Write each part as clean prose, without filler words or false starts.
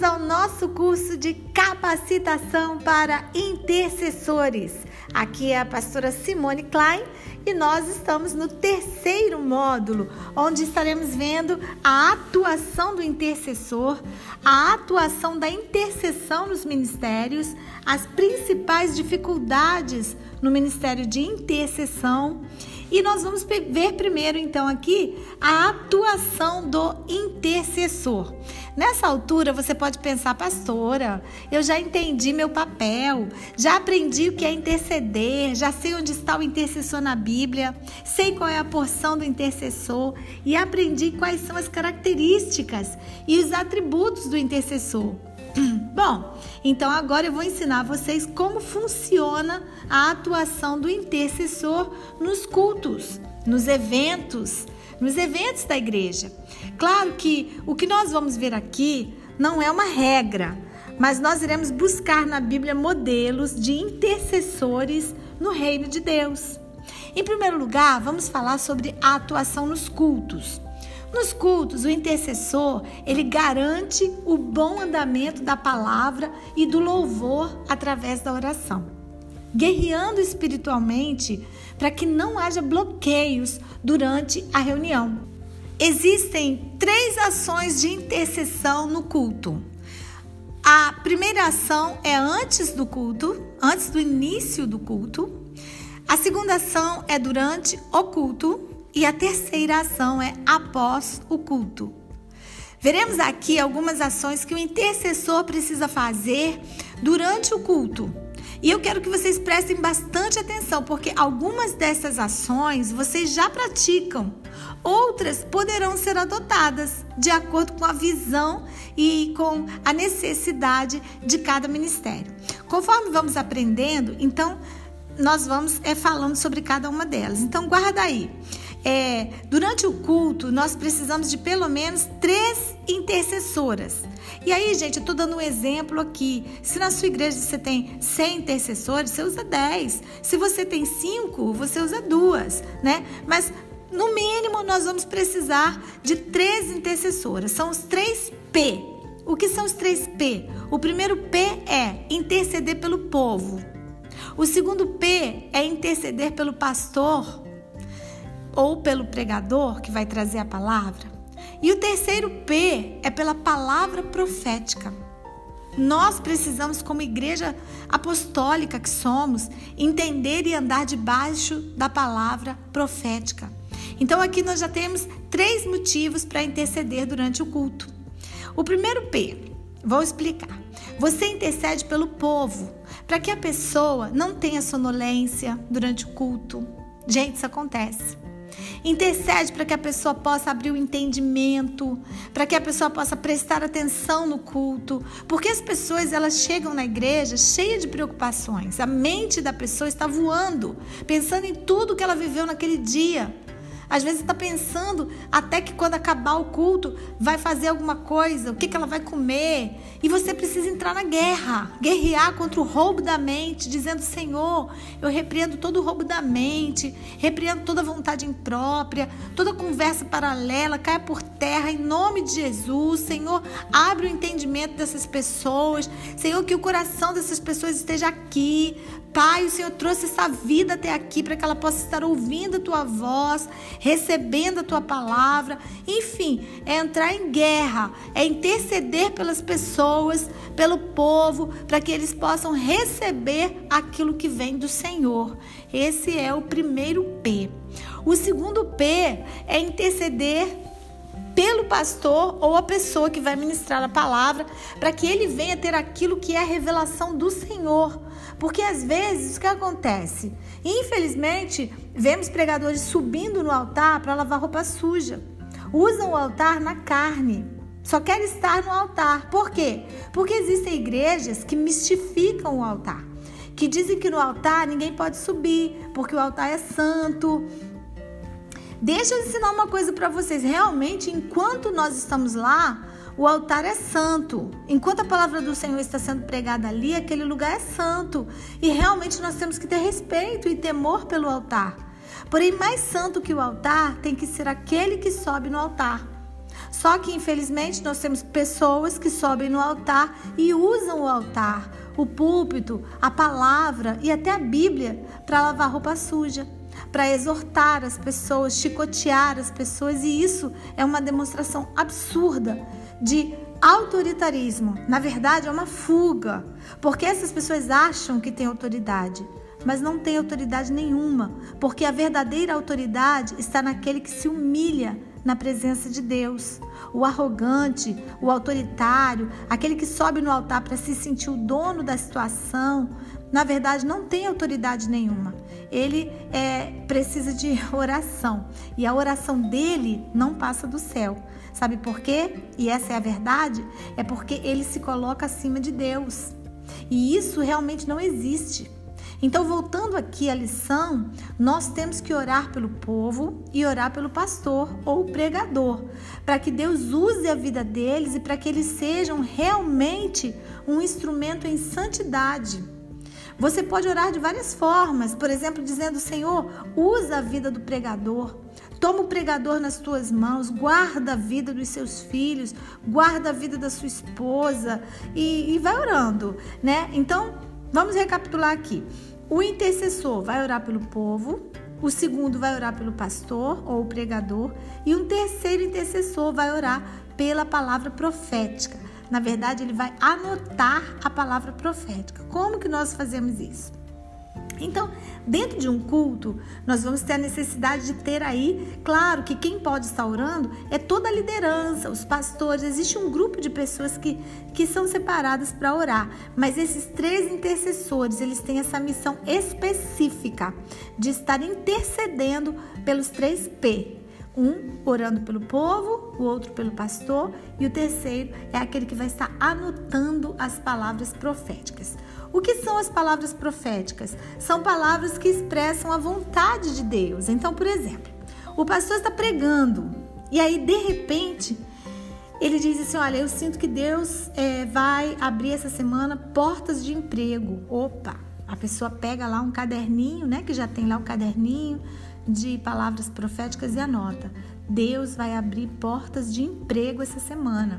ao nosso curso de capacitação para intercessores. Aqui é a pastora Simone Klein e nós estamos no terceiro módulo, onde estaremos vendo a atuação do intercessor, a atuação da intercessão nos ministérios, as principais dificuldades no ministério de intercessão. E nós vamos ver primeiro, então, aqui a atuação do intercessor. Nessa altura, você pode pensar, pastora, eu já entendi meu papel, já aprendi o que é interceder, já sei onde está o intercessor na Bíblia, sei qual é a porção do intercessor e aprendi quais são as características e os atributos do intercessor. Bom, então agora eu vou ensinar vocês como funciona a atuação do intercessor nos cultos, nos eventos da igreja. Claro que o que nós vamos ver aqui não é uma regra, mas nós iremos buscar na Bíblia modelos de intercessores no reino de Deus. Em primeiro lugar, vamos falar sobre a atuação nos cultos. Nos cultos, o intercessor, ele garante o bom andamento da palavra e do louvor através da oração, guerreando espiritualmente para que não haja bloqueios durante a reunião. Existem 3 ações de intercessão no culto. A primeira ação é antes do culto, antes do início do culto. A segunda ação é durante o culto. E a terceira ação é após o culto. Veremos aqui algumas ações que o intercessor precisa fazer durante o culto. E eu quero que vocês prestem bastante atenção, porque algumas dessas ações vocês já praticam. Outras poderão ser adotadas de acordo com a visão e com a necessidade de cada ministério. Conforme vamos aprendendo, então, nós vamos falando sobre cada uma delas. Então, guarda aí. Durante o culto, nós precisamos de pelo menos 3 intercessoras. E aí, gente, eu estou dando um exemplo aqui. Se na sua igreja você tem 100 intercessores, você usa 10. Se você tem 5, você usa 2, né? Mas, no mínimo, nós vamos precisar de 3 intercessoras. São os 3 P. O que são os 3 P? O primeiro P é interceder pelo povo. O segundo P é interceder pelo pastor ou pelo pregador que vai trazer a palavra. E o terceiro P é pela palavra profética. Nós precisamos, como igreja apostólica que somos, entender e andar debaixo da palavra profética. Então aqui nós já temos 3 motivos para interceder durante o culto. O primeiro P, vou explicar. Você intercede pelo povo, para que a pessoa não tenha sonolência durante o culto. Gente, isso acontece. Intercede para que a pessoa possa abrir o entendimento, para que a pessoa possa prestar atenção no culto, porque as pessoas elas chegam na igreja cheias de preocupações. A mente da pessoa está voando, pensando em tudo que ela viveu naquele dia. Às vezes está pensando até que quando acabar o culto vai fazer alguma coisa, o que ela vai comer. E você precisa entrar na guerra, guerrear contra o roubo da mente, dizendo: Senhor, eu repreendo todo o roubo da mente, repreendo toda vontade imprópria, toda conversa paralela, caia por terra em nome de Jesus. Senhor, abre o entendimento dessas pessoas. Senhor, que o coração dessas pessoas esteja aqui. Pai, o Senhor trouxe essa vida até aqui para que ela possa estar ouvindo a Tua voz, recebendo a Tua palavra. Enfim, é entrar em guerra, é interceder pelas pessoas, pelo povo, para que eles possam receber aquilo que vem do Senhor. Esse é o primeiro P. O segundo P é interceder pelo pastor ou a pessoa que vai ministrar a palavra, para que ele venha ter aquilo que é a revelação do Senhor. Porque às vezes o que acontece? Infelizmente, vemos pregadores subindo no altar para lavar roupa suja. Usam o altar na carne. Só querem estar no altar. Por quê? Porque existem igrejas que mistificam o altar. Que dizem que no altar ninguém pode subir, porque o altar é santo. Deixa eu ensinar uma coisa para vocês. Realmente, enquanto nós estamos lá, o altar é santo. Enquanto a palavra do Senhor está sendo pregada ali, aquele lugar é santo. E realmente nós temos que ter respeito e temor pelo altar. Porém, mais santo que o altar tem que ser aquele que sobe no altar. Só que, infelizmente, nós temos pessoas que sobem no altar e usam o altar, o púlpito, a palavra e até a Bíblia para lavar roupa suja, para exortar as pessoas, chicotear as pessoas, e isso é uma demonstração absurda de autoritarismo. Na verdade, é uma fuga, porque essas pessoas acham que têm autoridade, mas não tem autoridade nenhuma, porque a verdadeira autoridade está naquele que se humilha na presença de Deus. O arrogante, o autoritário, aquele que sobe no altar para se sentir o dono da situação, na verdade não tem autoridade nenhuma. Ele precisa de oração, e a oração dele não passa do céu. Sabe por quê? E essa é a verdade, é porque ele se coloca acima de Deus, e isso realmente não existe. Então, voltando aqui à lição, nós temos que orar pelo povo e orar pelo pastor ou pregador, para que Deus use a vida deles e para que eles sejam realmente um instrumento em santidade. Você pode orar de várias formas, por exemplo, dizendo: Senhor, usa a vida do pregador, toma o pregador nas tuas mãos, guarda a vida dos seus filhos, guarda a vida da sua esposa, e vai orando, né? Então, vamos recapitular aqui. O intercessor vai orar pelo povo, o segundo vai orar pelo pastor ou pregador, e um terceiro intercessor vai orar pela palavra profética. Na verdade, ele vai anotar a palavra profética. Como que nós fazemos isso? Então, dentro de um culto, nós vamos ter a necessidade de ter aí, claro que quem pode estar orando é toda a liderança, os pastores. Existe um grupo de pessoas que são separadas para orar, mas esses 3 intercessores, eles têm essa missão específica de estar intercedendo pelos 3 P. Um orando pelo povo, o outro pelo pastor, e o terceiro é aquele que vai estar anotando as palavras proféticas. O que são as palavras proféticas? São palavras que expressam a vontade de Deus. Então, por exemplo, o pastor está pregando e aí, de repente, ele diz assim: olha, eu sinto que Deus vai abrir essa semana portas de emprego. Opa, a pessoa pega lá um caderninho, né, que já tem lá o caderninho de palavras proféticas e anota: Deus vai abrir portas de emprego essa semana.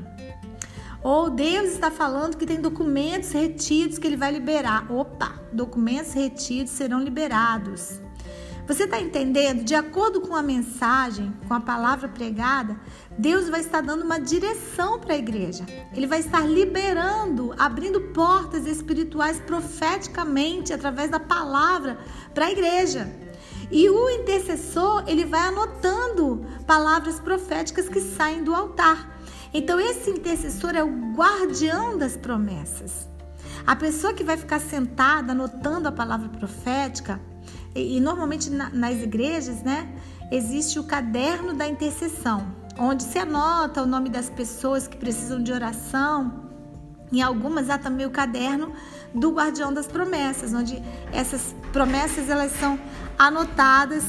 Ou Deus está falando que tem documentos retidos que ele vai liberar. Opa, documentos retidos serão liberados. Você está entendendo? De acordo com a mensagem, com a palavra pregada, Deus vai estar dando uma direção para a igreja. Ele vai estar liberando, abrindo portas espirituais profeticamente através da palavra para a igreja. E o intercessor, ele vai anotando palavras proféticas que saem do altar. Então, esse intercessor é o guardião das promessas. A pessoa que vai ficar sentada anotando a palavra profética, e normalmente nas igrejas, né, existe o caderno da intercessão, onde se anota o nome das pessoas que precisam de oração. Em algumas há também o caderno do guardião das promessas, onde essas promessas elas são anotadas.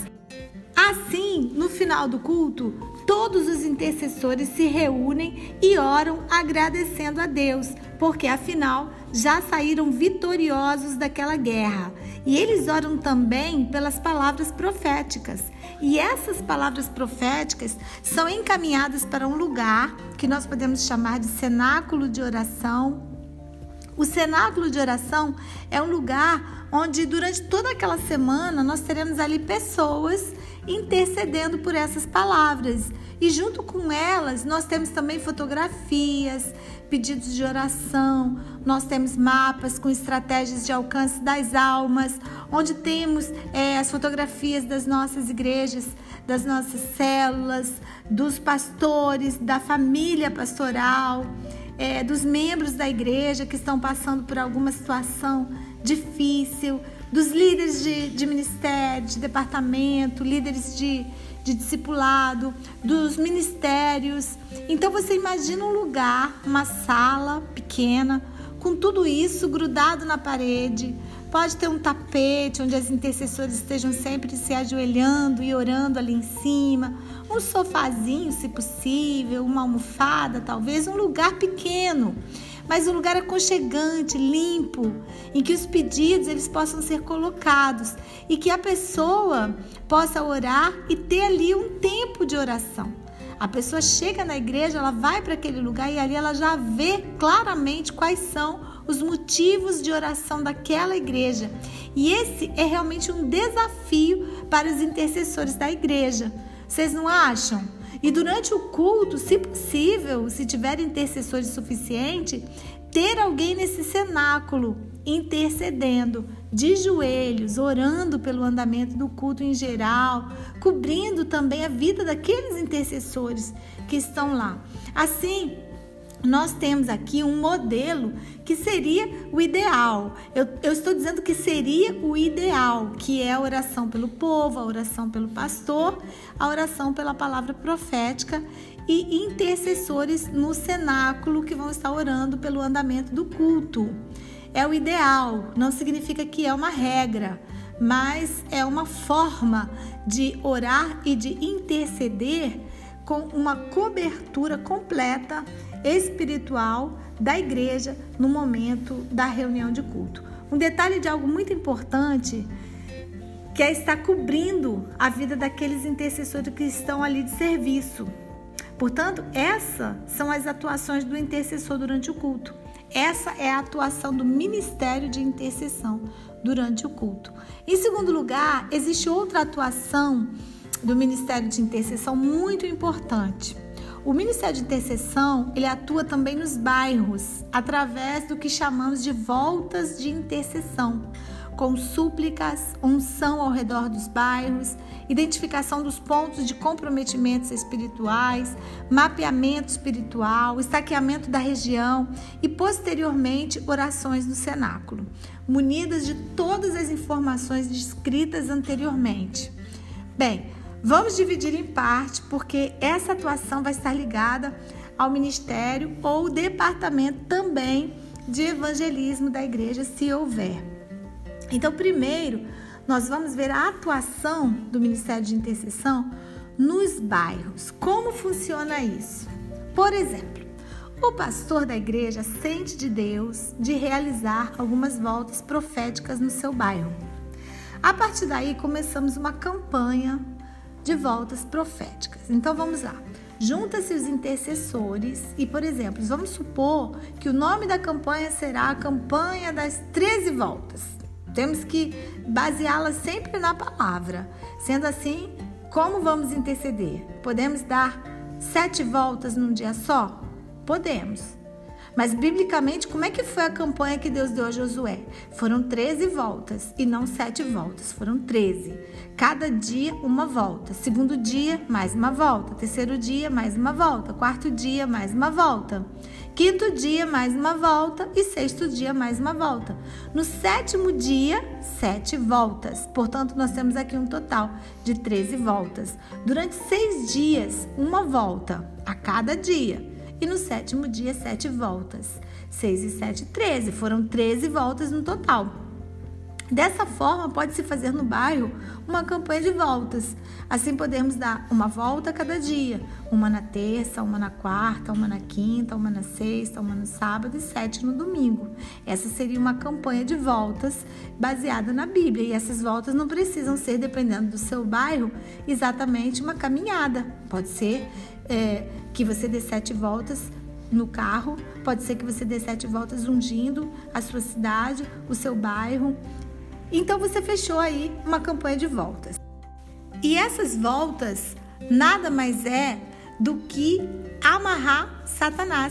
Assim, no final do culto, todos os intercessores se reúnem e oram agradecendo a Deus, porque afinal já saíram vitoriosos daquela guerra. E eles oram também pelas palavras proféticas. E essas palavras proféticas são encaminhadas para um lugar que nós podemos chamar de cenáculo de oração. O cenáculo de oração é um lugar onde durante toda aquela semana nós teremos ali pessoas intercedendo por essas palavras. E junto com elas nós temos também fotografias, pedidos de oração, nós temos mapas com estratégias de alcance das almas, onde temos as fotografias das nossas igrejas, das nossas células, dos pastores, da família pastoral, dos membros da igreja que estão passando por alguma situação difícil, dos líderes de ministério, de departamento, líderes de discipulado, dos ministérios. Então você imagina um lugar, uma sala pequena, com tudo isso grudado na parede. Pode ter um tapete onde as intercessoras estejam sempre se ajoelhando e orando ali em cima, um sofazinho, se possível, uma almofada, talvez, um lugar pequeno, mas um lugar aconchegante, limpo, em que os pedidos eles possam ser colocados e que a pessoa possa orar e ter ali um tempo de oração. A pessoa chega na igreja, ela vai para aquele lugar e ali ela já vê claramente quais são os motivos de oração daquela igreja. E esse é realmente um desafio para os intercessores da igreja. Vocês não acham? E durante o culto, se possível, se tiver intercessores suficiente, ter alguém nesse cenáculo intercedendo, de joelhos, orando pelo andamento do culto em geral, cobrindo também a vida daqueles intercessores que estão lá. Assim, nós temos aqui um modelo que seria o ideal. Eu estou dizendo que seria o ideal, que é a oração pelo povo, a oração pelo pastor, a oração pela palavra profética e intercessores no cenáculo que vão estar orando pelo andamento do culto. É o ideal, não significa que é uma regra, mas é uma forma de orar e de interceder com uma cobertura completa espiritual da igreja no momento da reunião de culto. Um detalhe de algo muito importante, que é estar cobrindo a vida daqueles intercessores que estão ali de serviço. Portanto, essas são as atuações do intercessor durante o culto. Essa é a atuação do ministério de intercessão durante o culto. Em segundo lugar, existe outra atuação do ministério de intercessão muito importante. O ministério de intercessão, ele atua também nos bairros, através do que chamamos de voltas de intercessão, com súplicas, unção ao redor dos bairros, identificação dos pontos de comprometimentos espirituais, mapeamento espiritual, estaqueamento da região e, posteriormente, orações no cenáculo, munidas de todas as informações descritas anteriormente. Bem, vamos dividir em parte, porque essa atuação vai estar ligada ao ministério ou departamento também de evangelismo da igreja, se houver. Então, primeiro, nós vamos ver a atuação do Ministério de Intercessão nos bairros. Como funciona isso? Por exemplo, o pastor da igreja sente de Deus de realizar algumas voltas proféticas no seu bairro. A partir daí, começamos uma campanha de voltas proféticas. Então, vamos lá. Junta-se os intercessores e, por exemplo, vamos supor que o nome da campanha será a Campanha das 13 Voltas. Temos que baseá-la sempre na palavra. Sendo assim, como vamos interceder? Podemos dar 7 voltas num dia só? Podemos. Mas, biblicamente, como é que foi a campanha que Deus deu a Josué? Foram 13 voltas e não 7 voltas, foram 13. Cada dia, uma volta. Segundo dia, mais uma volta. Terceiro dia, mais uma volta. Quarto dia, mais uma volta. Quinto dia, mais uma volta. E sexto dia, mais uma volta. No sétimo dia, 7 voltas. Portanto, nós temos aqui um total de 13 voltas. Durante 6 dias, uma volta a cada dia. E no sétimo dia, 7 voltas. 6 e 7, 13. Foram 13 voltas no total. Dessa forma, pode-se fazer no bairro uma campanha de voltas. Assim, podemos dar uma volta a cada dia. Uma na terça, uma na quarta, uma na quinta, uma na sexta, uma no sábado e 7 no domingo. Essa seria uma campanha de voltas baseada na Bíblia. E essas voltas não precisam ser, dependendo do seu bairro, exatamente uma caminhada. Pode ser que você dê 7 voltas no carro, pode ser que você dê 7 voltas ungindo a sua cidade, o seu bairro. Então você fechou aí uma campanha de voltas. E essas voltas nada mais é do que amarrar Satanás.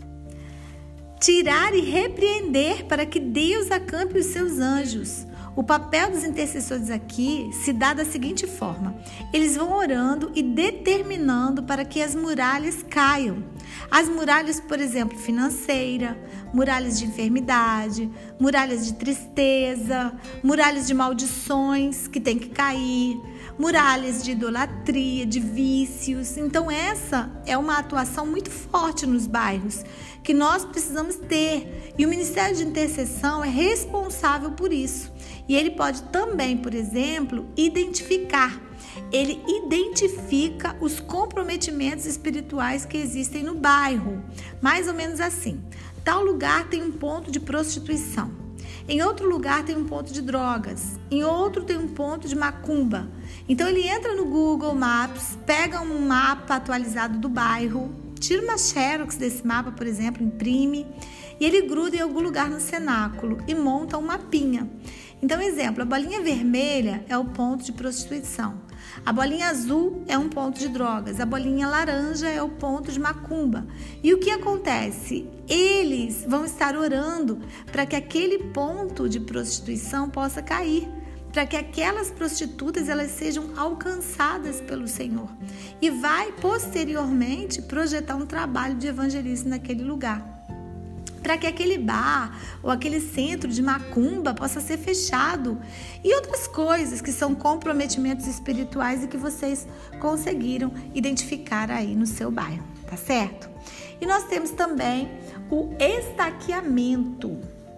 Tirar e repreender para que Deus acampe os seus anjos. O papel dos intercessores aqui se dá da seguinte forma: eles vão orando e determinando para que as muralhas caiam. As muralhas, por exemplo, financeira, muralhas de enfermidade, muralhas de tristeza, muralhas de maldições que tem que cair, muralhas de idolatria, de vícios. Então essa é uma atuação muito forte nos bairros que nós precisamos ter. E o Ministério de Intercessão é responsável por isso. E ele pode também, por exemplo, identificar. Ele identifica os comprometimentos espirituais que existem no bairro. Mais ou menos assim. Tal lugar tem um ponto de prostituição. em outro lugar tem um ponto de drogas, em outro tem um ponto de macumba. Então ele entra no Google Maps, pega um mapa atualizado do bairro, tira uma xerox desse mapa, por exemplo, imprime, e ele gruda em algum lugar no cenáculo e monta um mapinha. Então, exemplo, a bolinha vermelha é o ponto de prostituição, a bolinha azul é um ponto de drogas, a bolinha laranja é o ponto de macumba. E o que acontece? Eles vão estar orando para que aquele ponto de prostituição possa cair, para que aquelas prostitutas elas sejam alcançadas pelo Senhor. E vai posteriormente projetar um trabalho de evangelismo naquele lugar, para que aquele bar ou aquele centro de macumba possa ser fechado, e outras coisas que são comprometimentos espirituais e que vocês conseguiram identificar aí no seu bairro, tá certo? E nós temos também o estaqueamento.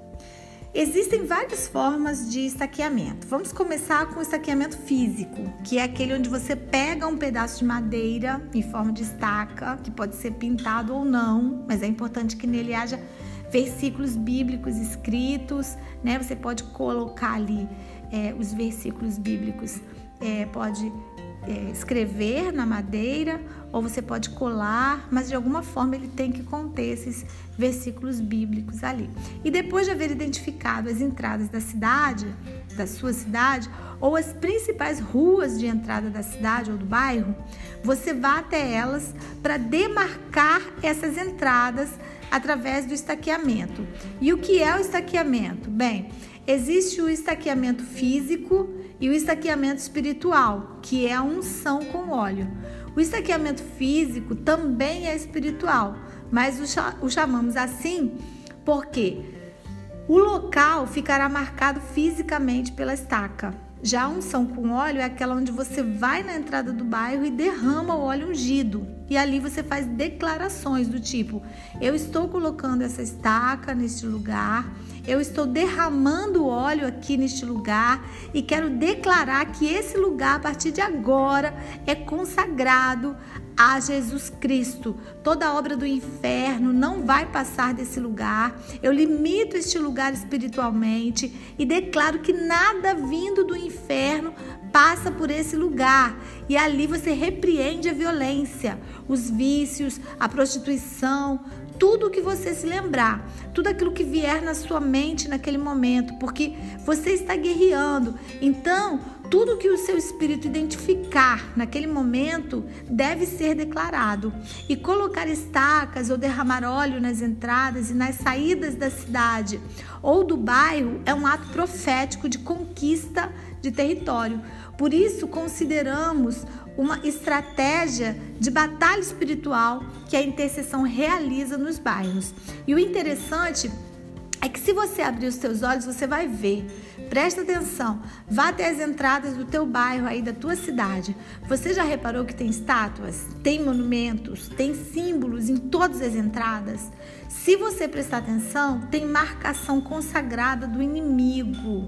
Existem várias formas de estaqueamento. Vamos começar com o estaqueamento físico, que é aquele onde você pega um pedaço de madeira em forma de estaca, que pode ser pintado ou não, mas é importante que nele haja versículos bíblicos escritos, né? Você pode colocar ali os versículos bíblicos, pode escrever na madeira, ou você pode colar, mas de alguma forma ele tem que conter esses versículos bíblicos ali. E depois de haver identificado as entradas da cidade, da sua cidade, ou as principais ruas de entrada da cidade ou do bairro, você vai até elas para demarcar essas entradas através do estaqueamento. E o que é o estaqueamento? Bem, existe o estaqueamento físico e o estaqueamento espiritual, que é a unção com óleo. O estaqueamento físico também é espiritual, mas o chamamos assim porque o local ficará marcado fisicamente pela estaca. Já a unção com óleo é aquela onde você vai na entrada do bairro e derrama o óleo ungido. E ali você faz declarações do tipo: eu estou colocando essa estaca neste lugar, eu estou derramando óleo aqui neste lugar e quero declarar que esse lugar, a partir de agora, é consagrado a Jesus Cristo. Toda obra do inferno não vai passar desse lugar. Eu limito este lugar espiritualmente e declaro que nada vindo do inferno passa por esse lugar. E ali você repreende a violência, os vícios, a prostituição, tudo o que você se lembrar, tudo aquilo que vier na sua mente naquele momento, porque você está guerreando. Então, tudo que o seu espírito identificar naquele momento deve ser declarado. E colocar estacas ou derramar óleo nas entradas e nas saídas da cidade ou do bairro é um ato profético de conquista de território. Por isso, consideramos uma estratégia de batalha espiritual que a intercessão realiza nos bairros. E o interessante é que se você abrir os seus olhos, você vai ver. Presta atenção, vá até as entradas do teu bairro aí, da tua cidade. Você já reparou que tem estátuas, tem monumentos, tem símbolos em todas as entradas? Se você prestar atenção, tem marcação consagrada do inimigo,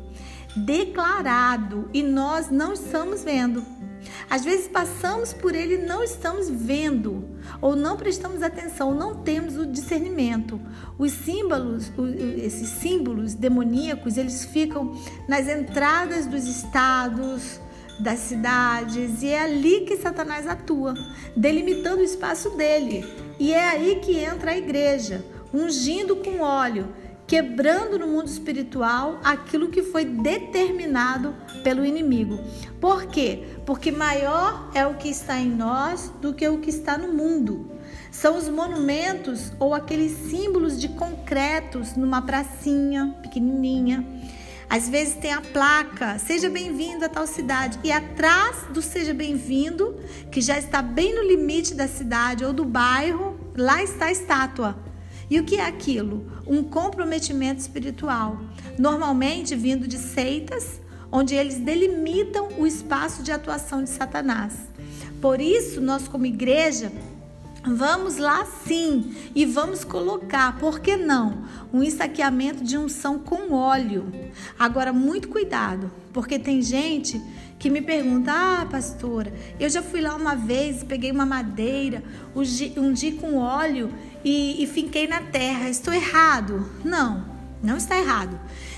declarado, e nós não estamos vendo. Às vezes passamos por ele e não estamos vendo, ou não prestamos atenção, ou não temos o discernimento. Os símbolos, esses símbolos demoníacos, eles ficam nas entradas dos estados, das cidades, e é ali que Satanás atua, delimitando o espaço dele. E é aí que entra a igreja, ungindo com óleo, quebrando no mundo espiritual aquilo que foi determinado pelo inimigo. Por quê? Porque maior é o que está em nós do que o que está no mundo. São os monumentos ou aqueles símbolos de concretos numa pracinha pequenininha. Às vezes tem a placa, seja bem-vindo a tal cidade, e atrás do seja bem-vindo, que já está bem no limite da cidade ou do bairro, lá está a estátua. E o que é aquilo? Um comprometimento espiritual, normalmente vindo de seitas, onde eles delimitam o espaço de atuação de Satanás. Por isso, nós como igreja, vamos lá sim e vamos colocar, por que não, um estaqueamento de unção com óleo. Agora, muito cuidado, porque tem gente que me pergunta: pastora, eu já fui lá uma vez, peguei uma madeira, ungi com óleo e finquei na terra, estou errado? Não está errado.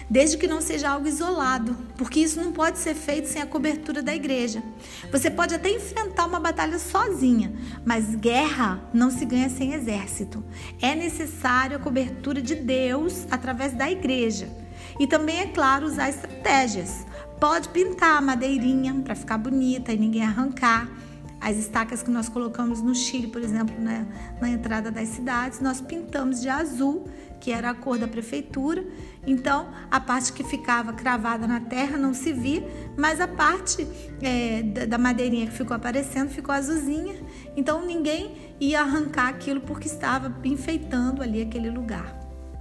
desde que não seja algo isolado, porque isso não pode ser feito sem a cobertura da igreja. Você pode até enfrentar uma batalha sozinha, mas guerra não se ganha sem exército. É necessário a cobertura de Deus através da igreja. E também, é claro, usar estratégias. Pode pintar a madeirinha para ficar bonita e ninguém arrancar. As estacas que nós colocamos no Chile, por exemplo, na entrada das cidades, nós pintamos de azul, que era a cor da prefeitura. Então, a parte que ficava cravada na terra não se via, mas a parte da madeirinha que ficou aparecendo ficou azulzinha. Então, ninguém ia arrancar aquilo porque estava enfeitando ali aquele lugar.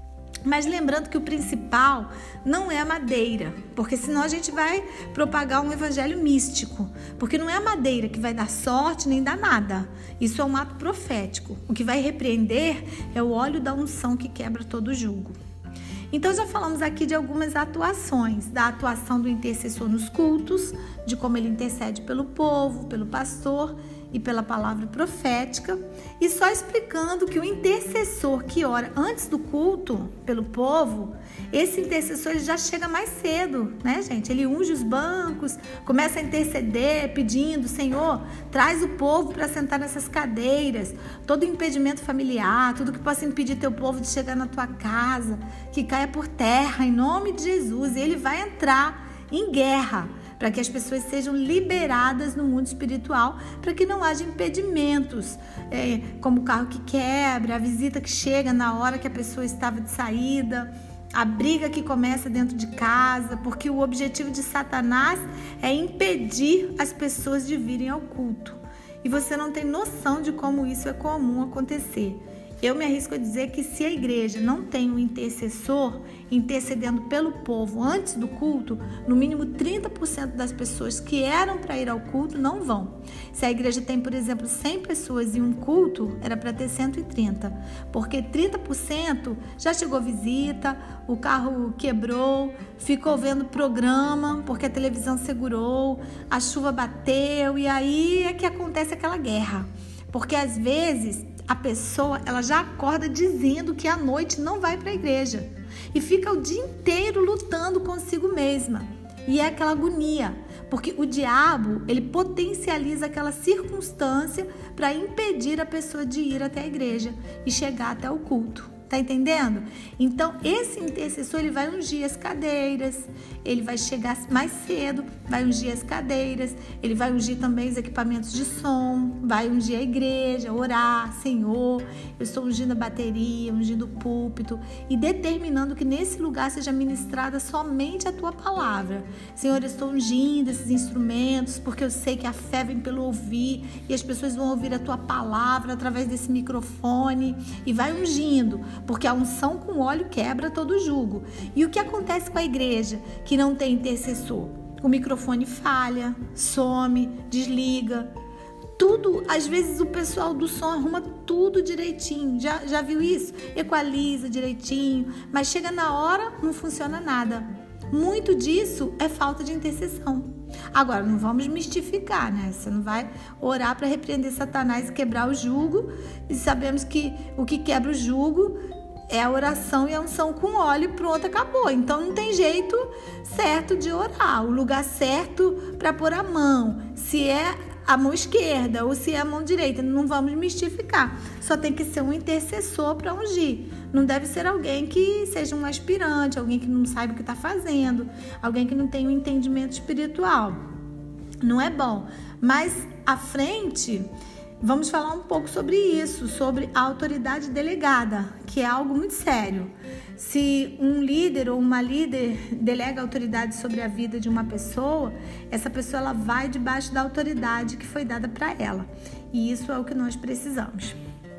Mas lembrando que o principal não é a madeira, porque senão a gente vai propagar um evangelho místico, porque não é a madeira que vai dar sorte nem dar nada. Isso é um ato profético. O que vai repreender é o óleo da unção que quebra todo jugo. Então já falamos aqui de algumas atuações, da atuação do intercessor nos cultos, de como ele intercede pelo povo, pelo pastor e pela palavra profética, e só explicando que o intercessor que ora antes do culto pelo povo, esse intercessor ele já chega mais cedo, né, gente? Ele unge os bancos, começa a interceder, pedindo: Senhor, traz o povo para sentar nessas cadeiras, todo impedimento familiar, tudo que possa impedir teu povo de chegar na tua casa, que caia por terra, em nome de Jesus. E ele vai entrar em guerra para que as pessoas sejam liberadas no mundo espiritual, para que não haja impedimentos, como o carro que quebra, a visita que chega na hora que a pessoa estava de saída, a briga que começa dentro de casa, porque o objetivo de Satanás é impedir as pessoas de virem ao culto. E você não tem noção de como isso é comum acontecer. Eu me arrisco a dizer que se a igreja não tem um intercessor intercedendo pelo povo antes do culto, no mínimo 30% das pessoas que eram para ir ao culto não vão. Se a igreja tem, por exemplo, 100 pessoas em um culto, era para ter 130, porque 30% já chegou visita, o carro quebrou, ficou vendo programa porque a televisão segurou, a chuva bateu, e aí é que acontece aquela guerra. Porque às vezes a pessoa ela já acorda dizendo que à noite não vai para a igreja e fica o dia inteiro lutando consigo mesma. E é aquela agonia, porque o diabo ele potencializa aquela circunstância para impedir a pessoa de ir até a igreja e chegar até o culto. Tá entendendo? Então, esse intercessor, ele vai ungir as cadeiras, ele vai chegar mais cedo, vai ungir as cadeiras, ele vai ungir também os equipamentos de som, vai ungir a igreja, orar: Senhor, eu estou ungindo a bateria, ungindo o púlpito e determinando que nesse lugar seja ministrada somente a tua palavra. Senhor, eu estou ungindo esses instrumentos porque eu sei que a fé vem pelo ouvir e as pessoas vão ouvir a tua palavra através desse microfone, e vai ungindo, porque a unção com óleo quebra todo jugo. E o que acontece com a igreja que não tem intercessor? O microfone falha, some, desliga. Tudo, às vezes o pessoal do som arruma tudo direitinho. Já viu isso? Equaliza direitinho, mas chega na hora, não funciona nada. Muito disso é falta de intercessão. Agora, não vamos mistificar, né? Você não vai orar para repreender Satanás e quebrar o jugo. E sabemos que o que quebra o jugo é a oração e a unção com óleo, e pronto, acabou. Então não tem jeito certo de orar. O lugar certo para pôr a mão, se é a mão esquerda ou se é a mão direita, não vamos mistificar. Só tem que ser um intercessor para ungir. Não deve ser alguém que seja um aspirante, alguém que não saiba o que está fazendo, alguém que não tem um entendimento espiritual. Não é bom. Mas à frente, vamos falar um pouco sobre isso, sobre a autoridade delegada, que é algo muito sério. Se um líder ou uma líder delega autoridade sobre a vida de uma pessoa, essa pessoa ela vai debaixo da autoridade que foi dada para ela. E isso é o que nós precisamos.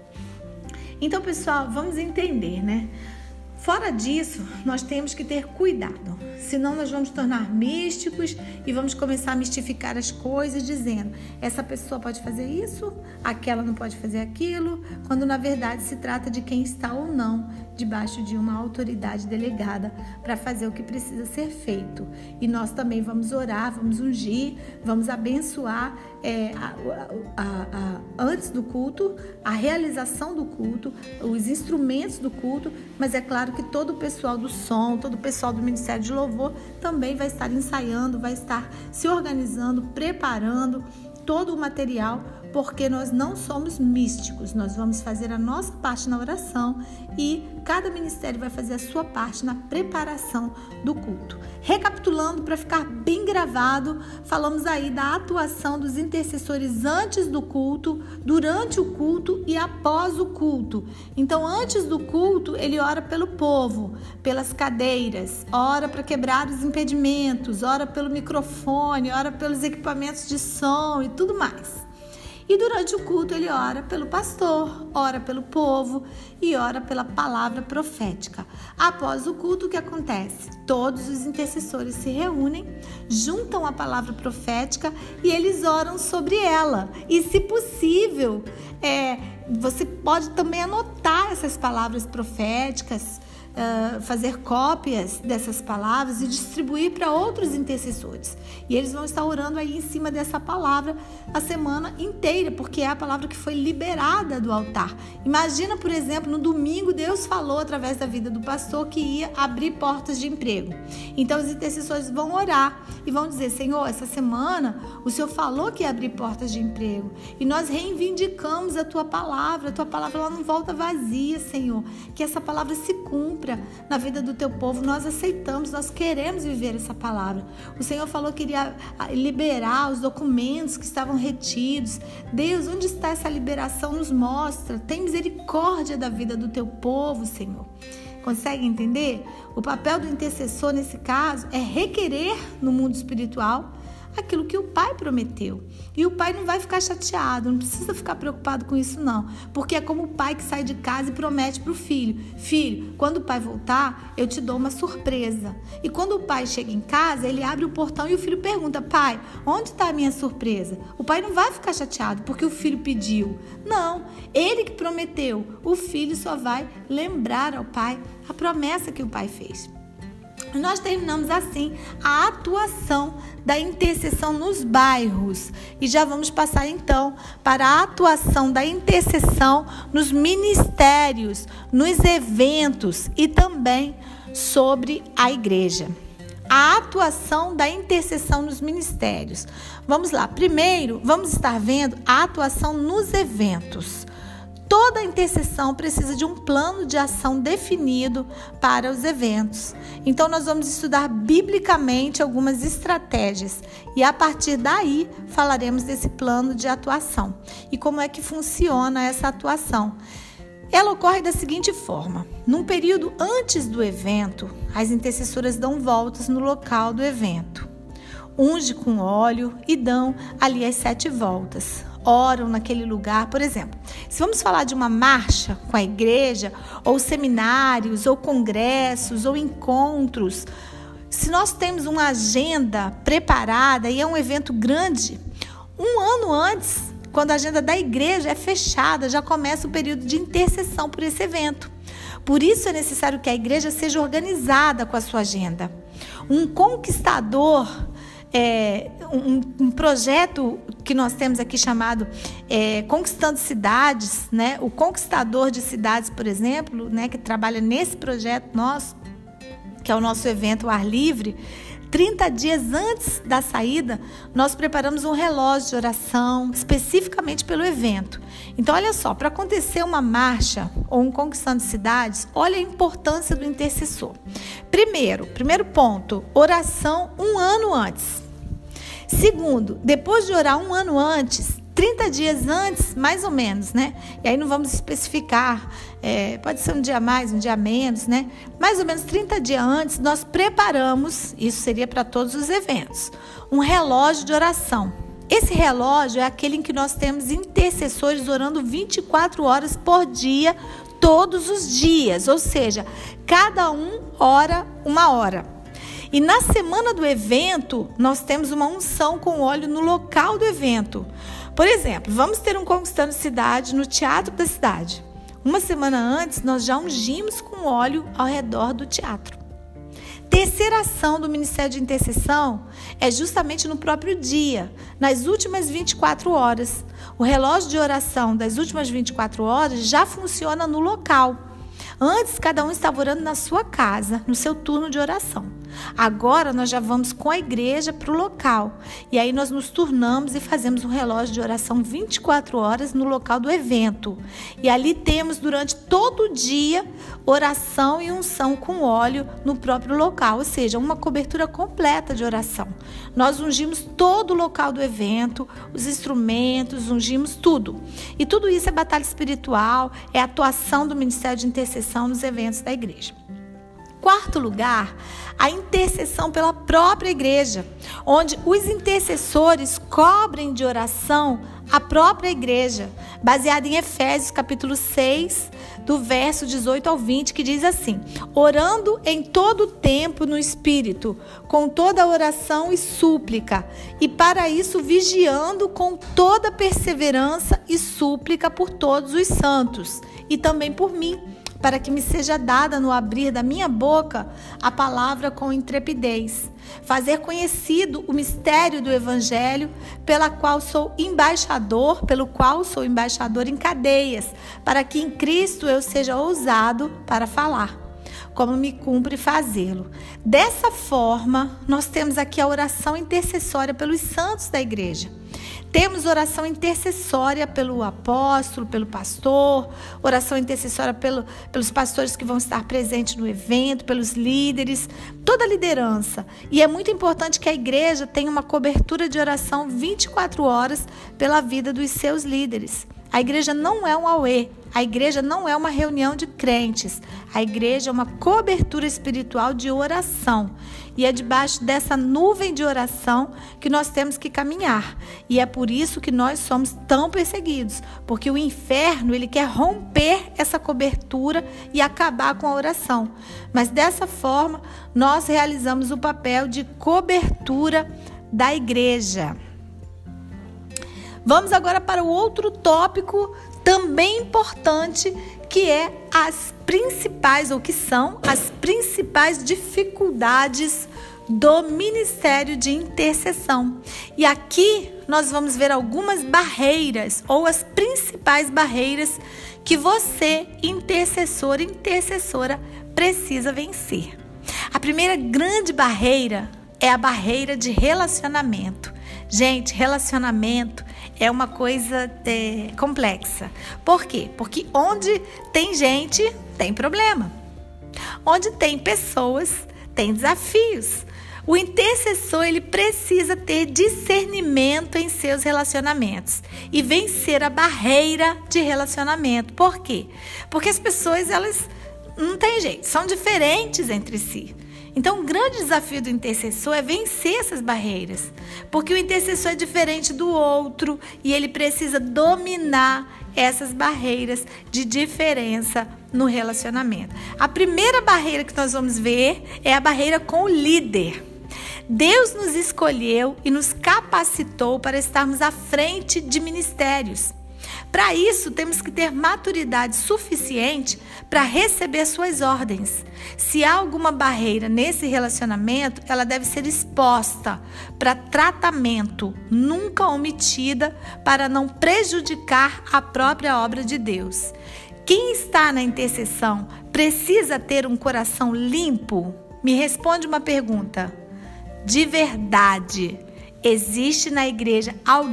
Então, pessoal, vamos entender, né? Fora disso, nós temos que ter cuidado, senão nós vamos tornar místicos e vamos começar a mistificar as coisas, dizendo: essa pessoa pode fazer isso, aquela não pode fazer aquilo, quando na verdade se trata de quem está ou não debaixo de uma autoridade delegada para fazer o que precisa ser feito. E nós também vamos orar, vamos ungir, vamos abençoar antes do culto, a realização do culto, os instrumentos do culto, mas é claro que todo o pessoal do som, todo o pessoal do Ministério de Louvor também vai estar ensaiando, vai estar se organizando, preparando todo o material, porque nós não somos místicos, nós vamos fazer a nossa parte na oração e cada ministério vai fazer a sua parte na preparação do culto. Recapitulando, para ficar bem gravado, falamos aí da atuação dos intercessores antes do culto, durante o culto e após o culto. Então, antes do culto, ele ora pelo povo, pelas cadeiras, ora para quebrar os impedimentos, ora pelo microfone, ora pelos equipamentos de som e tudo mais. E durante o culto ele ora pelo pastor, ora pelo povo e ora pela palavra profética. Após o culto, o que acontece? Todos os intercessores se reúnem, juntam a palavra profética e eles oram sobre ela. E, se possível, você pode também anotar essas palavras proféticas, fazer cópias dessas palavras e distribuir para outros intercessores. E eles vão estar orando aí em cima dessa palavra a semana inteira, porque é a palavra que foi liberada do altar. Imagina, por exemplo, no domingo Deus falou através da vida do pastor que ia abrir portas de emprego. Então os intercessores vão orar e vão dizer: Senhor, essa semana o Senhor falou que ia abrir portas de emprego e nós reivindicamos a tua palavra ela não volta vazia, Senhor, que essa palavra se cumpra na vida do teu povo. Nós aceitamos, nós queremos viver essa palavra. O Senhor falou que iria liberar os documentos que estavam retidos. Deus, onde está essa liberação? Nos mostra. Tem misericórdia da vida do teu povo, Senhor. Consegue entender? O papel do intercessor nesse caso é requerer no mundo espiritual aquilo que o Pai prometeu. E o Pai não vai ficar chateado, não precisa ficar preocupado com isso não, porque é como o pai que sai de casa e promete para o filho: filho, quando o pai voltar, eu te dou uma surpresa. E quando o pai chega em casa, ele abre o portão e o filho pergunta: pai, onde está a minha surpresa? O pai não vai ficar chateado porque o filho pediu. Não, ele que prometeu. O filho só vai lembrar ao pai a promessa que o pai fez. Nós terminamos assim a atuação da intercessão nos bairros e já vamos passar então para a atuação da intercessão nos ministérios, nos eventos e também sobre a igreja. A atuação da intercessão nos ministérios. Vamos lá, primeiro vamos estar vendo a atuação nos eventos. Toda intercessão precisa de um plano de ação definido para os eventos. Então, nós vamos estudar biblicamente algumas estratégias e, a partir daí, falaremos desse plano de atuação e como é que funciona essa atuação. Ela ocorre da seguinte forma: num período antes do evento, as intercessoras dão voltas no local do evento, unge com óleo e dão ali as 7 voltas. Oram naquele lugar. Por exemplo, se vamos falar de uma marcha com a igreja, ou seminários, ou congressos, ou encontros, se nós temos uma agenda preparada e é um evento grande, um ano antes, quando a agenda da igreja é fechada, já começa o período de intercessão por esse evento. Por isso é necessário que a igreja seja organizada com a sua agenda. Um conquistador, um projeto que nós temos aqui chamado Conquistando Cidades, né? O Conquistador de Cidades, por exemplo, né? Que trabalha nesse projeto nosso, que é o nosso evento Ar Livre. 30 dias antes da saída, nós preparamos um relógio de oração especificamente pelo evento. Então, olha só, para acontecer uma marcha ou um Conquistando Cidades, olha a importância do intercessor. Primeiro ponto, oração um ano antes. Segundo, depois de orar um ano antes, 30 dias antes, mais ou menos, né? E aí não vamos especificar, pode ser um dia mais, um dia menos, né? Mais ou menos 30 dias antes, nós preparamos, isso seria para todos os eventos, um relógio de oração. Esse relógio é aquele em que nós temos intercessores orando 24 horas por dia, todos os dias, ou seja, cada um ora uma hora. E na semana do evento, nós temos uma unção com óleo no local do evento. Por exemplo, vamos ter um Conquistando Cidade no Teatro da Cidade. Uma semana antes, nós já ungimos com óleo ao redor do teatro. Terceira ação do Ministério de Intercessão é justamente no próprio dia, nas últimas 24 horas. O relógio de oração das últimas 24 horas já funciona no local. Antes, cada um estava orando na sua casa, no seu turno de oração. Agora, nós já vamos com a igreja para o local. E aí, nós nos turnamos e fazemos um relógio de oração 24 horas no local do evento. E ali temos, durante todo o dia, oração e unção com óleo no próprio local. Ou seja, uma cobertura completa de oração. Nós ungimos todo o local do evento, os instrumentos, ungimos tudo. E tudo isso é batalha espiritual, é atuação do Ministério de Intercessão nos eventos da igreja. Quarto lugar, a intercessão pela própria igreja, onde os intercessores cobrem de oração a própria igreja, baseada em Efésios capítulo 6, do verso 18 ao 20, que diz assim: orando em todo o tempo no Espírito, com toda oração e súplica, e para isso vigiando com toda perseverança e súplica por todos os santos, e também por mim, para que me seja dada no abrir da minha boca a palavra com intrepidez, fazer conhecido o mistério do Evangelho, pelo qual sou embaixador em cadeias, para que em Cristo eu seja ousado para falar, como me cumpre fazê-lo. Dessa forma, nós temos aqui a oração intercessória pelos santos da igreja. Temos oração intercessória pelo apóstolo, pelo pastor, oração intercessória pelos pastores que vão estar presentes no evento, pelos líderes, toda a liderança. E é muito importante que a igreja tenha uma cobertura de oração 24 horas pela vida dos seus líderes. A igreja não é um auê, a igreja não é uma reunião de crentes, a igreja é uma cobertura espiritual de oração. E é debaixo dessa nuvem de oração que nós temos que caminhar. E é por isso que nós somos tão perseguidos, porque o inferno, ele quer romper essa cobertura e acabar com a oração. Mas dessa forma, nós realizamos o papel de cobertura da igreja. Vamos agora para o outro tópico também importante, que é são as principais dificuldades do Ministério de Intercessão. E aqui nós vamos ver algumas barreiras, ou as principais barreiras que você, intercessor, intercessora, precisa vencer. A primeira grande barreira é a barreira de relacionamento. Gente, relacionamento é uma coisa complexa. Por quê? Porque onde tem gente, tem problema. Onde tem pessoas, tem desafios. O intercessor, ele precisa ter discernimento em seus relacionamentos e vencer a barreira de relacionamento. Por quê? Porque as pessoas, elas não têm jeito, são diferentes entre si. Então, o grande desafio do intercessor é vencer essas barreiras, porque o intercessor é diferente do outro e ele precisa dominar essas barreiras de diferença no relacionamento. A primeira barreira que nós vamos ver é a barreira com o líder. Deus nos escolheu e nos capacitou para estarmos à frente de ministérios. Para isso, temos que ter maturidade suficiente para receber suas ordens. Se há alguma barreira nesse relacionamento, ela deve ser exposta para tratamento, nunca omitida, para não prejudicar a própria obra de Deus. Quem está na intercessão precisa ter um coração limpo? Me responde uma pergunta. De verdade, existe na igreja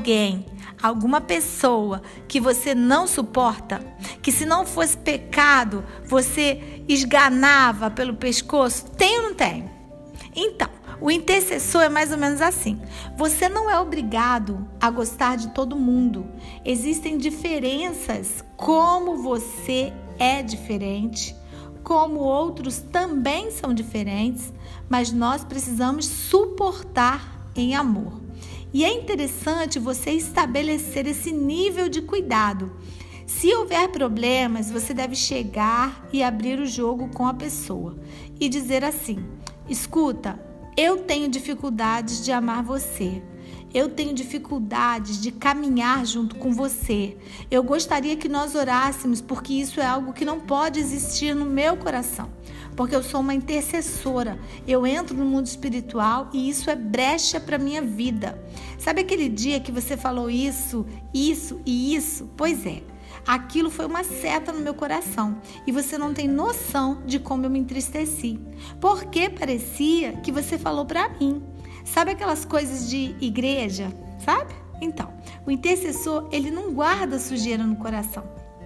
alguma pessoa que você não suporta? Que se não fosse pecado, você esganava pelo pescoço? Tem ou não tem? Então, o intercessor é mais ou menos assim. Você não é obrigado a gostar de todo mundo. Existem diferenças, como você é diferente, como outros também são diferentes, mas nós precisamos suportar em amor. E é interessante você estabelecer esse nível de cuidado. Se houver problemas, você deve chegar e abrir o jogo com a pessoa e dizer assim: escuta, eu tenho dificuldades de amar você. Eu tenho dificuldades de caminhar junto com você. Eu gostaria que nós orássemos, porque isso é algo que não pode existir no meu coração. Porque eu sou uma intercessora. Eu entro no mundo espiritual e isso é brecha para a minha vida. Sabe aquele dia que você falou isso e isso? Pois é. aquilo foi uma seta no meu coração e você não tem noção de como eu me entristeci, porque parecia que você falou para mim. Sabe aquelas coisas de igreja, sabe? Então, o intercessor, ele não guarda sujeira no coração.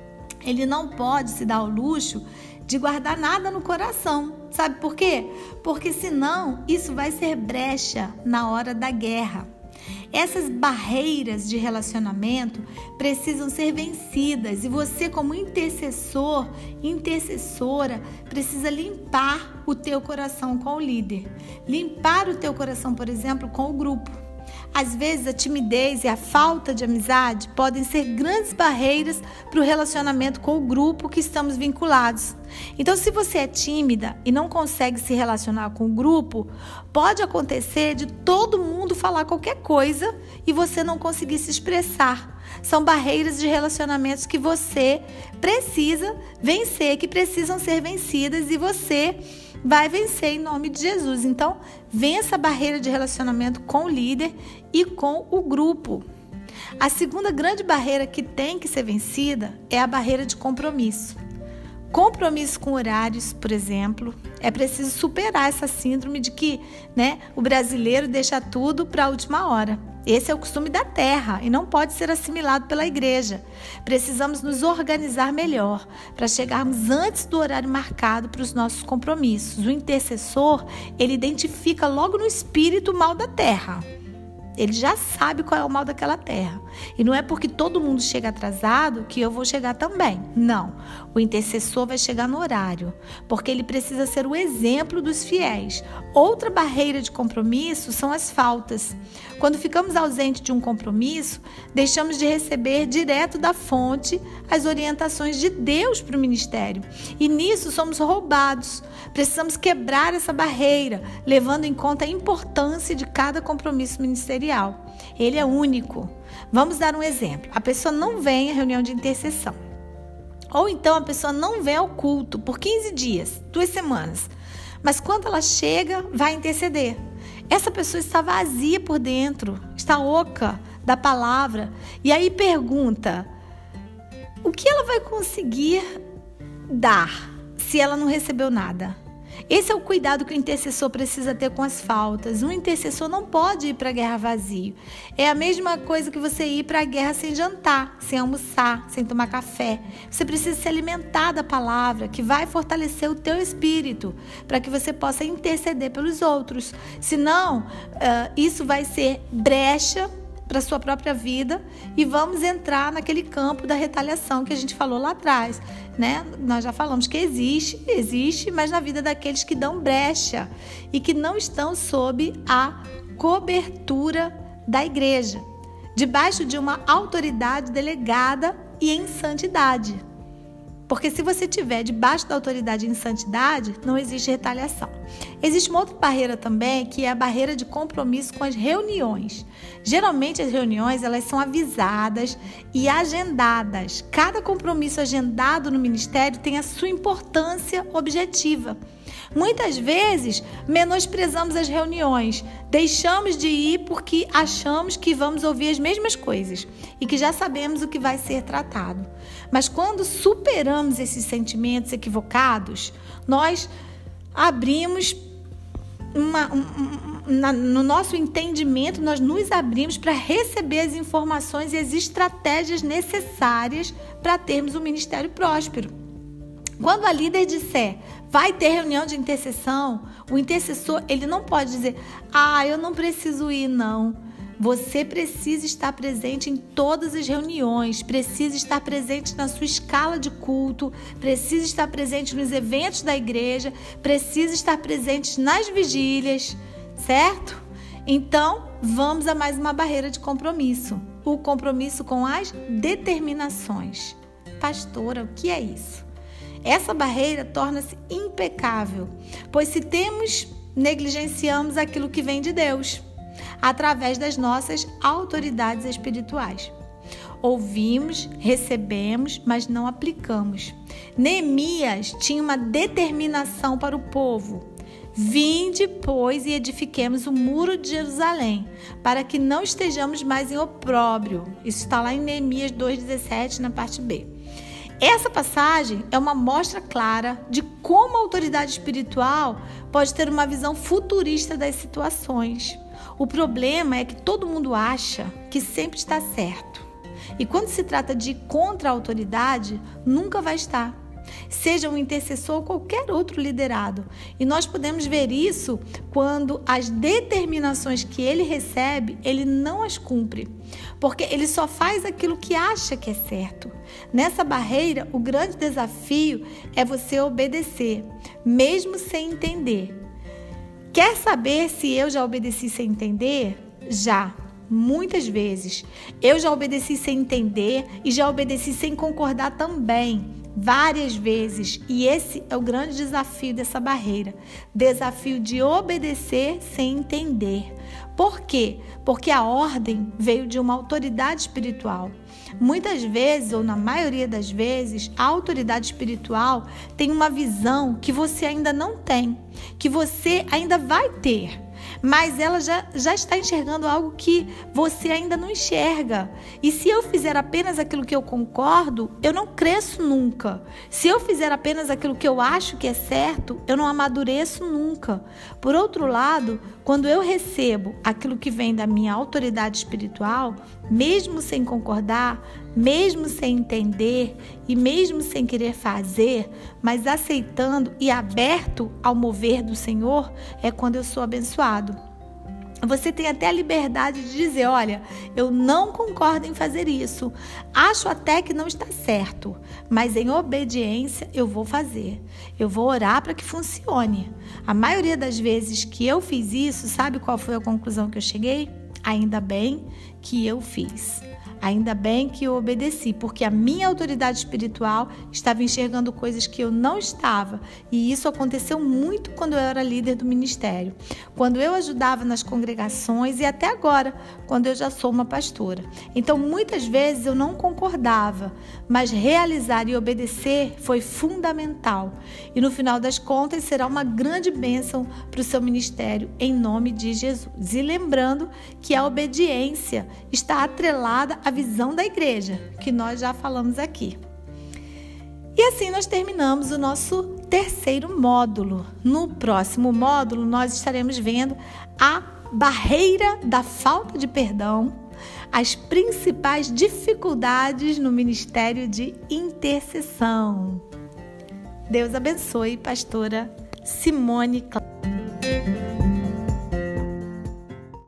Ele não pode se dar ao luxo de guardar nada no coração. Sabe por quê? Porque senão isso vai ser brecha na hora da guerra. Essas barreiras de relacionamento precisam ser vencidas e você, como intercessor, intercessora, precisa limpar o teu coração com o líder. Limpar o teu coração, por exemplo, com o grupo. Às vezes a timidez e a falta de amizade podem ser grandes barreiras para o relacionamento com o grupo que estamos vinculados. Então, se você é tímida e não consegue se relacionar com o grupo, pode acontecer de todo mundo falar qualquer coisa e você não conseguir se expressar. São barreiras de relacionamentos que você precisa vencer, que precisam ser vencidas e você vai vencer em nome de Jesus. Então, vença a barreira de relacionamento com o líder e com o grupo. A segunda grande barreira que tem que ser vencida é a barreira de compromisso. Compromisso com horários, por exemplo, é preciso superar essa síndrome de que, o brasileiro deixa tudo para a última hora. Esse é o costume da terra e não pode ser assimilado pela igreja. Precisamos nos organizar melhor para chegarmos antes do horário marcado para os nossos compromissos. O intercessor, ele identifica logo no espírito o mal da terra. Ele já sabe qual é o mal daquela terra. E não é porque todo mundo chega atrasado que eu vou chegar também. Não. O intercessor vai chegar no horário, porque ele precisa ser o exemplo dos fiéis. Outra barreira de compromisso são as faltas. Quando ficamos ausentes de um compromisso, deixamos de receber direto da fonte as orientações de Deus para o ministério. E nisso somos roubados. Precisamos quebrar essa barreira, levando em conta a importância de cada compromisso ministerial. Ele é único. Vamos dar um exemplo. A pessoa não vem à reunião de intercessão. Ou então a pessoa não vem ao culto por 15 dias, 2 semanas. Mas quando ela chega, vai interceder. Essa pessoa está vazia por dentro, está oca da palavra. E aí pergunta, o que ela vai conseguir dar se ela não recebeu nada? Esse é o cuidado que o intercessor precisa ter com as faltas. Um intercessor não pode ir para a guerra vazio. É a mesma coisa que você ir para a guerra sem jantar, sem almoçar, sem tomar café. Você precisa se alimentar da palavra, que vai fortalecer o teu espírito, para que você possa interceder pelos outros. Senão, isso vai ser brecha para a sua própria vida e vamos entrar naquele campo da retaliação que a gente falou lá atrás, Nós já falamos que existe, mas na vida daqueles que dão brecha e que não estão sob a cobertura da igreja, debaixo de uma autoridade delegada e em santidade. Porque se você estiver debaixo da autoridade em santidade, não existe retaliação. Existe uma outra barreira também, que é a barreira de compromisso com as reuniões. Geralmente as reuniões elas são avisadas e agendadas. Cada compromisso agendado no ministério tem a sua importância objetiva. Muitas vezes menosprezamos as reuniões, deixamos de ir porque achamos que vamos ouvir as mesmas coisas e que já sabemos o que vai ser tratado. Mas quando superamos esses sentimentos equivocados, nós abrimos no nosso entendimento, nós nos abrimos para receber as informações e as estratégias necessárias para termos um ministério próspero. Quando a líder disser, vai ter reunião de intercessão, o intercessor, ele não pode dizer, eu não preciso ir, não. Você precisa estar presente em todas as reuniões, precisa estar presente na sua escala de culto, precisa estar presente nos eventos da igreja, precisa estar presente nas vigílias, certo? Então, vamos a mais uma barreira de compromisso, o compromisso com as determinações. Pastora, o que é isso? Essa barreira torna-se impecável, pois se negligenciamos aquilo que vem de Deus, através das nossas autoridades espirituais. Ouvimos, recebemos, mas não aplicamos. Neemias tinha uma determinação para o povo. Vinde, pois, e edifiquemos o muro de Jerusalém, para que não estejamos mais em opróbrio. Isso está lá em Neemias 2,17, na parte B. Essa passagem é uma mostra clara de como a autoridade espiritual pode ter uma visão futurista das situações. O problema é que todo mundo acha que sempre está certo. E quando se trata de ir contra a autoridade, nunca vai estar. Seja um intercessor ou qualquer outro liderado. E nós podemos ver isso quando as determinações que ele recebe, ele não as cumpre. Porque ele só faz aquilo que acha que é certo. Nessa barreira, o grande desafio é você obedecer, mesmo sem entender. Quer saber se eu já obedeci sem entender? Já. Muitas vezes. Eu já obedeci sem entender e já obedeci sem concordar também. Várias vezes. E esse é o grande desafio dessa barreira. Desafio de obedecer sem entender. Por quê? Porque a ordem veio de uma autoridade espiritual. Muitas vezes, ou na maioria das vezes, a autoridade espiritual tem uma visão que você ainda não tem, que você ainda vai ter. Mas ela já está enxergando algo que você ainda não enxerga. E se eu fizer apenas aquilo que eu concordo, eu não cresço nunca. Se eu fizer apenas aquilo que eu acho que é certo, eu não amadureço nunca. Por outro lado, quando eu recebo aquilo que vem da minha autoridade espiritual, mesmo sem concordar, mesmo sem entender e mesmo sem querer fazer, mas aceitando e aberto ao mover do Senhor, é quando eu sou abençoado. Você tem até a liberdade de dizer, olha, eu não concordo em fazer isso, acho até que não está certo, mas em obediência eu vou fazer, eu vou orar para que funcione. A maioria das vezes que eu fiz isso, sabe qual foi a conclusão que eu cheguei? Ainda bem que eu fiz. Ainda bem que eu obedeci, porque a minha autoridade espiritual estava enxergando coisas que eu não estava. E isso aconteceu muito quando eu era líder do ministério, quando eu ajudava nas congregações e até agora, quando eu já sou uma pastora. Então, muitas vezes eu não concordava, mas realizar e obedecer foi fundamental. E no final das contas, será uma grande bênção para o seu ministério, em nome de Jesus. E lembrando que a obediência está atrelada à visão da igreja, que nós já falamos aqui. E assim nós terminamos o nosso terceiro módulo. No próximo módulo, nós estaremos vendo a barreira da falta de perdão, as principais dificuldades no ministério de intercessão. Deus abençoe, pastora Simone Klein.